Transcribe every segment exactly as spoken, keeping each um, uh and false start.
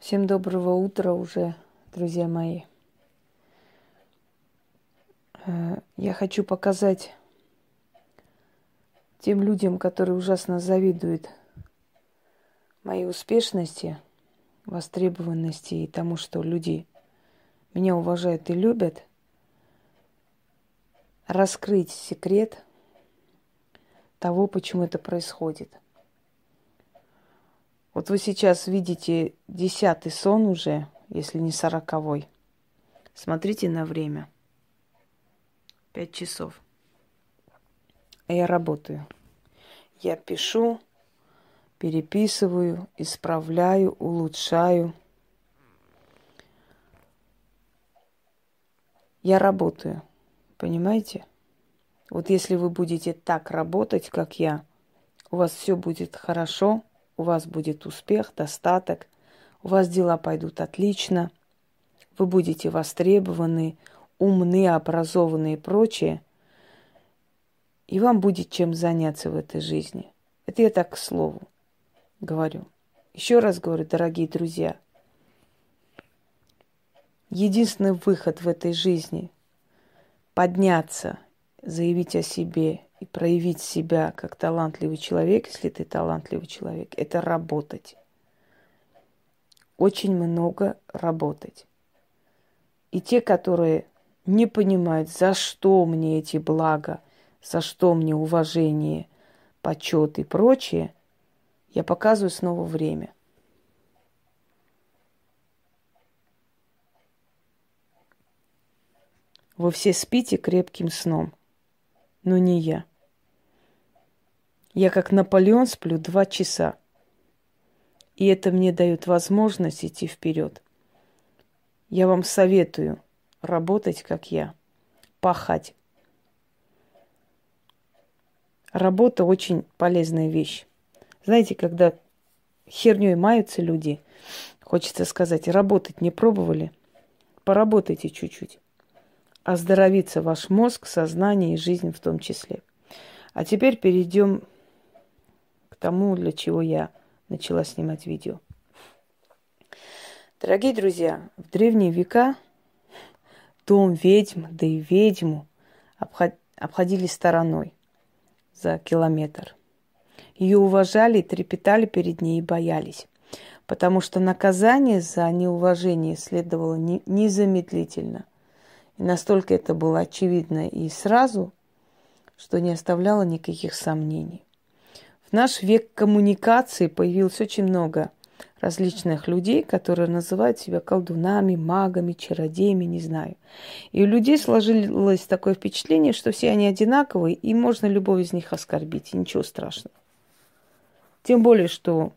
Всем доброго утра уже, друзья мои. Э, Я хочу показать тем людям, которые ужасно завидуют моей успешности, востребованности и тому, что люди меня уважают и любят, раскрыть секрет того, почему это происходит. Вот вы сейчас видите десятый сон уже, если не сороковой. Смотрите на время. Пять часов. А я работаю. Я пишу, переписываю, исправляю, улучшаю. Я работаю. Понимаете? Вот если вы будете так работать, как я, у вас все будет хорошо, у вас будет успех, достаток, у вас дела пойдут отлично, вы будете востребованы, умны, образованы и прочее, и вам будет чем заняться в этой жизни. Это я так к слову говорю. Еще раз говорю, дорогие друзья, единственный выход в этой жизни – подняться, заявить о себе и проявить себя как талантливый человек, если ты талантливый человек, это работать. Очень много работать. И те, которые не понимают, за что мне эти блага, за что мне уважение, почет и прочее, я показываю снова время. Вы все спите крепким сном, но не я. Я как Наполеон сплю два часа. И это мне дает возможность идти вперед. Я вам советую работать, как я, пахать. Работа очень полезная вещь. Знаете, когда херней маются люди, хочется сказать, работать не пробовали? Поработайте чуть-чуть. Оздоровится ваш мозг, сознание и жизнь в том числе. А теперь перейдем к тому, для чего я начала снимать видео. Дорогие друзья, в древние века дом ведьм, да и ведьму обходили стороной за километр. Ее уважали, трепетали перед ней и боялись, потому что наказание за неуважение следовало незамедлительно. И настолько это было очевидно и сразу, что не оставляло никаких сомнений. В наш век коммуникации появилось очень много различных людей, которые называют себя колдунами, магами, чародеями, не знаю. И у людей сложилось такое впечатление, что все они одинаковые, и можно любого из них оскорбить, и ничего страшного. Тем более, что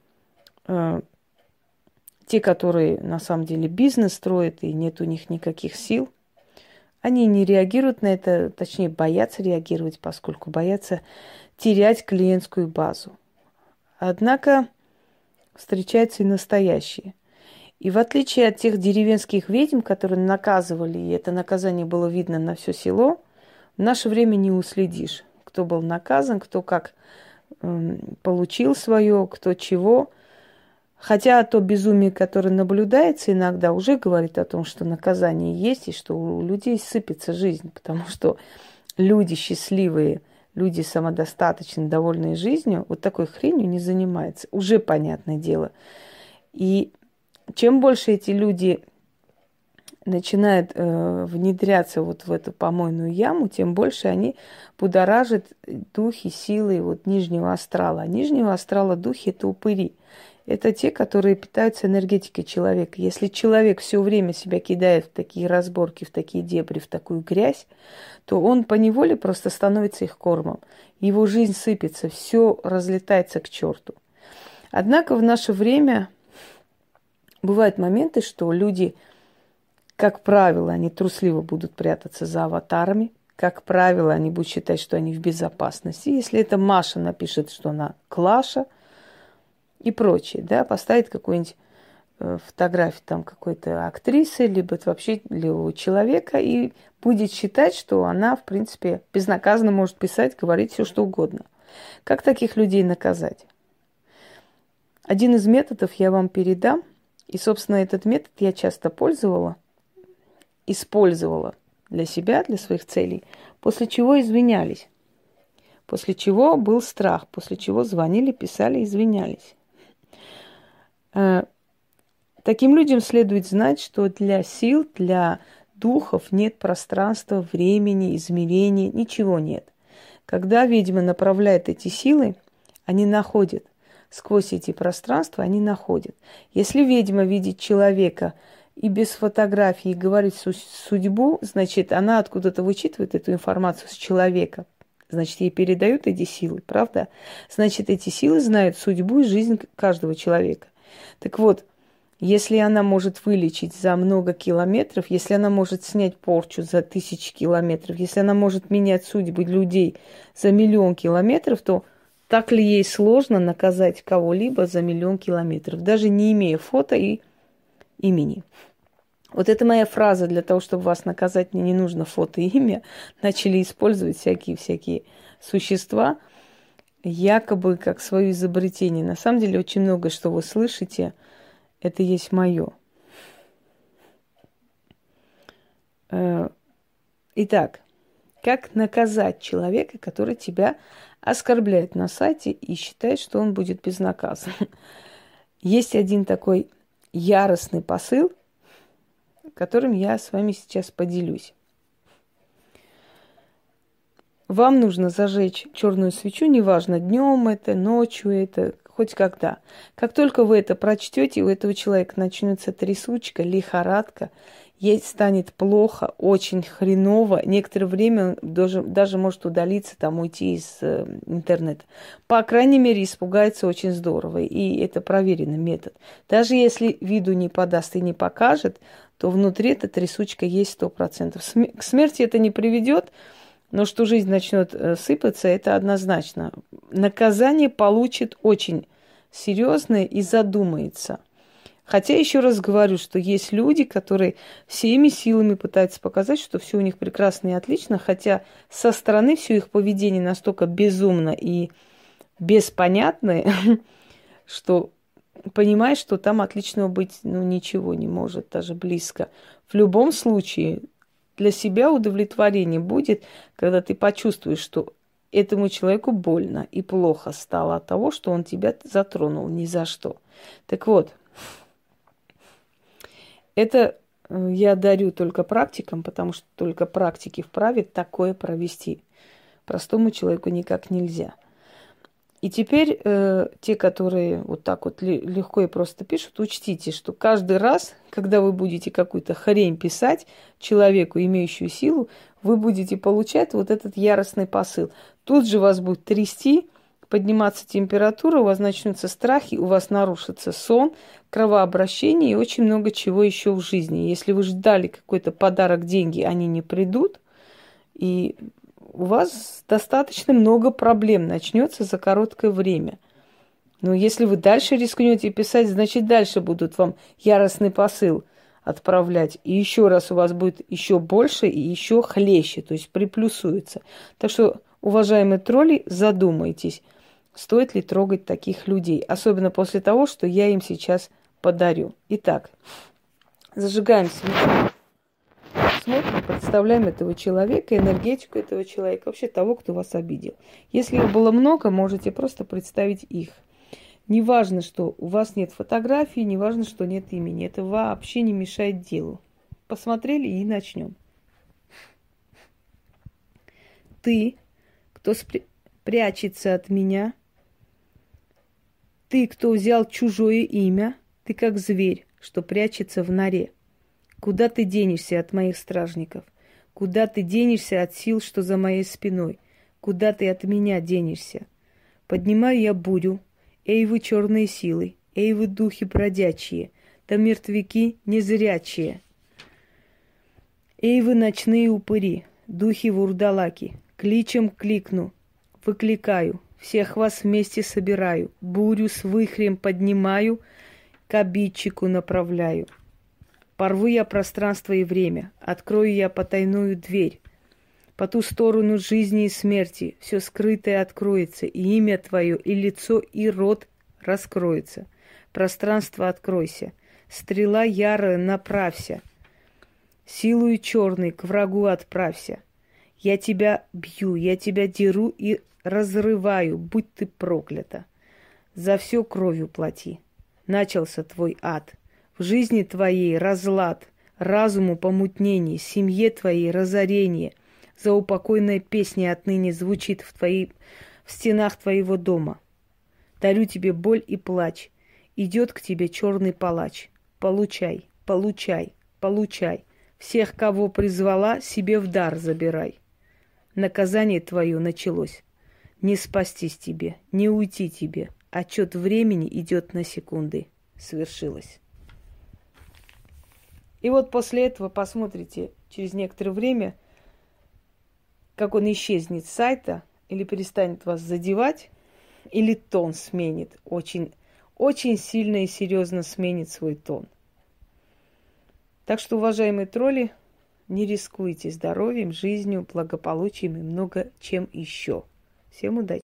э, те, которые на самом деле бизнес строят, и нет у них никаких сил, они не реагируют на это, точнее, боятся реагировать, поскольку боятся терять клиентскую базу. Однако встречаются и настоящие. И в отличие от тех деревенских ведьм, которые наказывали, и это наказание было видно на все село, в наше время не уследишь, кто был наказан, кто как э, получил свое, кто чего. Хотя то безумие, которое наблюдается иногда, уже говорит о том, что наказание есть, и что у людей сыпется жизнь, потому что люди счастливые, люди самодостаточные, довольные жизнью, вот такой хренью не занимаются. Уже понятное дело. И чем больше эти люди начинают э, внедряться вот в эту помойную яму, тем больше они будоражат духи, силы вот нижнего астрала. А нижнего астрала духи – это упыри. Это те, которые питаются энергетикой человека. Если человек все время себя кидает в такие разборки, в такие дебри, в такую грязь, то он поневоле просто становится их кормом. Его жизнь сыпется, все разлетается к черту. Однако в наше время бывают моменты, что люди, как правило, они трусливо будут прятаться за аватарами. Как правило, они будут считать, что они в безопасности. Если это Маша напишет, что она Клаша, и прочее, да, поставит какую-нибудь э, фотографию там какой-то актрисы, либо это вообще для человека, и будет считать, что она, в принципе, безнаказанно может писать, говорить все, что угодно. Как таких людей наказать? Один из методов я вам передам. И, собственно, этот метод я часто пользовала, использовала для себя, для своих целей, после чего извинялись. После чего был страх, после чего звонили, писали, извинялись. Таким людям следует знать, что для сил, для духов нет пространства, времени, измерений, ничего нет. Когда ведьма направляет эти силы, они находят. Сквозь эти пространства они находят. Если ведьма видит человека и без фотографии говорит судьбу, значит, она откуда-то вычитывает эту информацию с человека. Значит, ей передают эти силы, правда? Значит, эти силы знают судьбу и жизнь каждого человека. Так вот, если она может вылечить за много километров, если она может снять порчу за тысячи километров, если она может менять судьбы людей за миллион километров, то так ли ей сложно наказать кого-либо за миллион километров, даже не имея фото и имени? Вот это моя фраза для того, чтобы вас наказать, мне не нужно фото и имя. Начали использовать всякие-всякие существа, якобы как свое изобретение. На самом деле очень многое, что вы слышите, это есть мое. Итак, как наказать человека, который тебя оскорбляет на сайте и считает, что он будет безнаказан? Есть один такой яростный посыл, которым я с вами сейчас поделюсь. Вам нужно зажечь черную свечу, неважно, днем это, ночью это, хоть когда. Как только вы это прочтете, у этого человека начнется трясучка, лихорадка, ей станет плохо, очень хреново. Некоторое время он даже, даже может удалиться, там, уйти из э, интернета. По крайней мере, испугается очень здорово. И это проверенный метод. Даже если виду не подаст и не покажет, то внутри эта трясучка есть сто процентов. К смерти это не приведет, но что жизнь начнет сыпаться, это однозначно. Наказание получит очень серьезное и задумается. Хотя еще раз говорю, что есть люди, которые всеми силами пытаются показать, что все у них прекрасно и отлично, хотя со стороны все их поведение настолько безумно и беспонятное, что понимаешь, что там отличного быть ну, ничего не может, даже близко. В любом случае, для себя удовлетворение будет, когда ты почувствуешь, что этому человеку больно и плохо стало от того, что он тебя затронул ни за что. Так вот, это я дарю только практикам, потому что только практики вправе такое провести. Простому человеку никак нельзя. И теперь э, те, которые вот так вот легко и просто пишут, учтите, что каждый раз, когда вы будете какую-то хрень писать человеку, имеющую силу, вы будете получать вот этот яростный посыл. Тут же вас будет трясти, подниматься температура, у вас начнутся страхи, у вас нарушится сон, кровообращение и очень много чего еще в жизни. Если вы ждали какой-то подарок, деньги, они не придут, и у вас достаточно много проблем начнется за короткое время. Но если вы дальше рискнете писать, значит, дальше будут вам яростный посыл отправлять. И еще раз у вас будет еще больше и еще хлеще, то есть приплюсуется. Так что, уважаемые тролли, задумайтесь, стоит ли трогать таких людей. Особенно после того, что я им сейчас подарю. Итак, зажигаем свечу. Смотрим, представляем этого человека, энергетику этого человека, вообще того, кто вас обидел. Если их было много, можете просто представить их. Не важно, что у вас нет фотографии, не важно, что нет имени. Это вообще не мешает делу. Посмотрели и начнем. Ты, кто спря- прячется от меня, ты, кто взял чужое имя, ты как зверь, что прячется в норе. Куда ты денешься от моих стражников? Куда ты денешься от сил, что за моей спиной? Куда ты от меня денешься? Поднимаю я бурю. Эй, вы черные силы! Эй, вы духи бродячие! Да мертвяки незрячие! Эй, вы ночные упыри! Духи вурдалаки! Кличем кликну, выкликаю, всех вас вместе собираю, бурю с вихрем поднимаю, к обидчику направляю. Порву я пространство и время, открою я потайную дверь. По ту сторону жизни и смерти все скрытое откроется, и имя твое, и лицо, и рот раскроется. Пространство откройся, Стрела ярая, направься. Силою черной к врагу отправься. Я тебя бью, я тебя деру и разрываю, будь ты проклята. За все кровью плати. Начался твой ад. В жизни твоей разлад, разуму помутнение, семье твоей разорение. Заупокойная песня отныне звучит в, твоей, в стенах твоего дома. Дарю тебе боль и плач. Идет к тебе черный палач. Получай, получай, получай. Всех, кого призвала, себе в дар забирай. Наказание твое началось. Не спастись тебе, не уйти тебе. Отчет времени идет на секунды. Свершилось. И вот после этого посмотрите через некоторое время, как он исчезнет с сайта, или перестанет вас задевать, или тон сменит. Очень, очень сильно и серьезно сменит свой тон. Так что, уважаемые тролли, не рискуйте здоровьем, жизнью, благополучием и много чем еще. Всем удачи!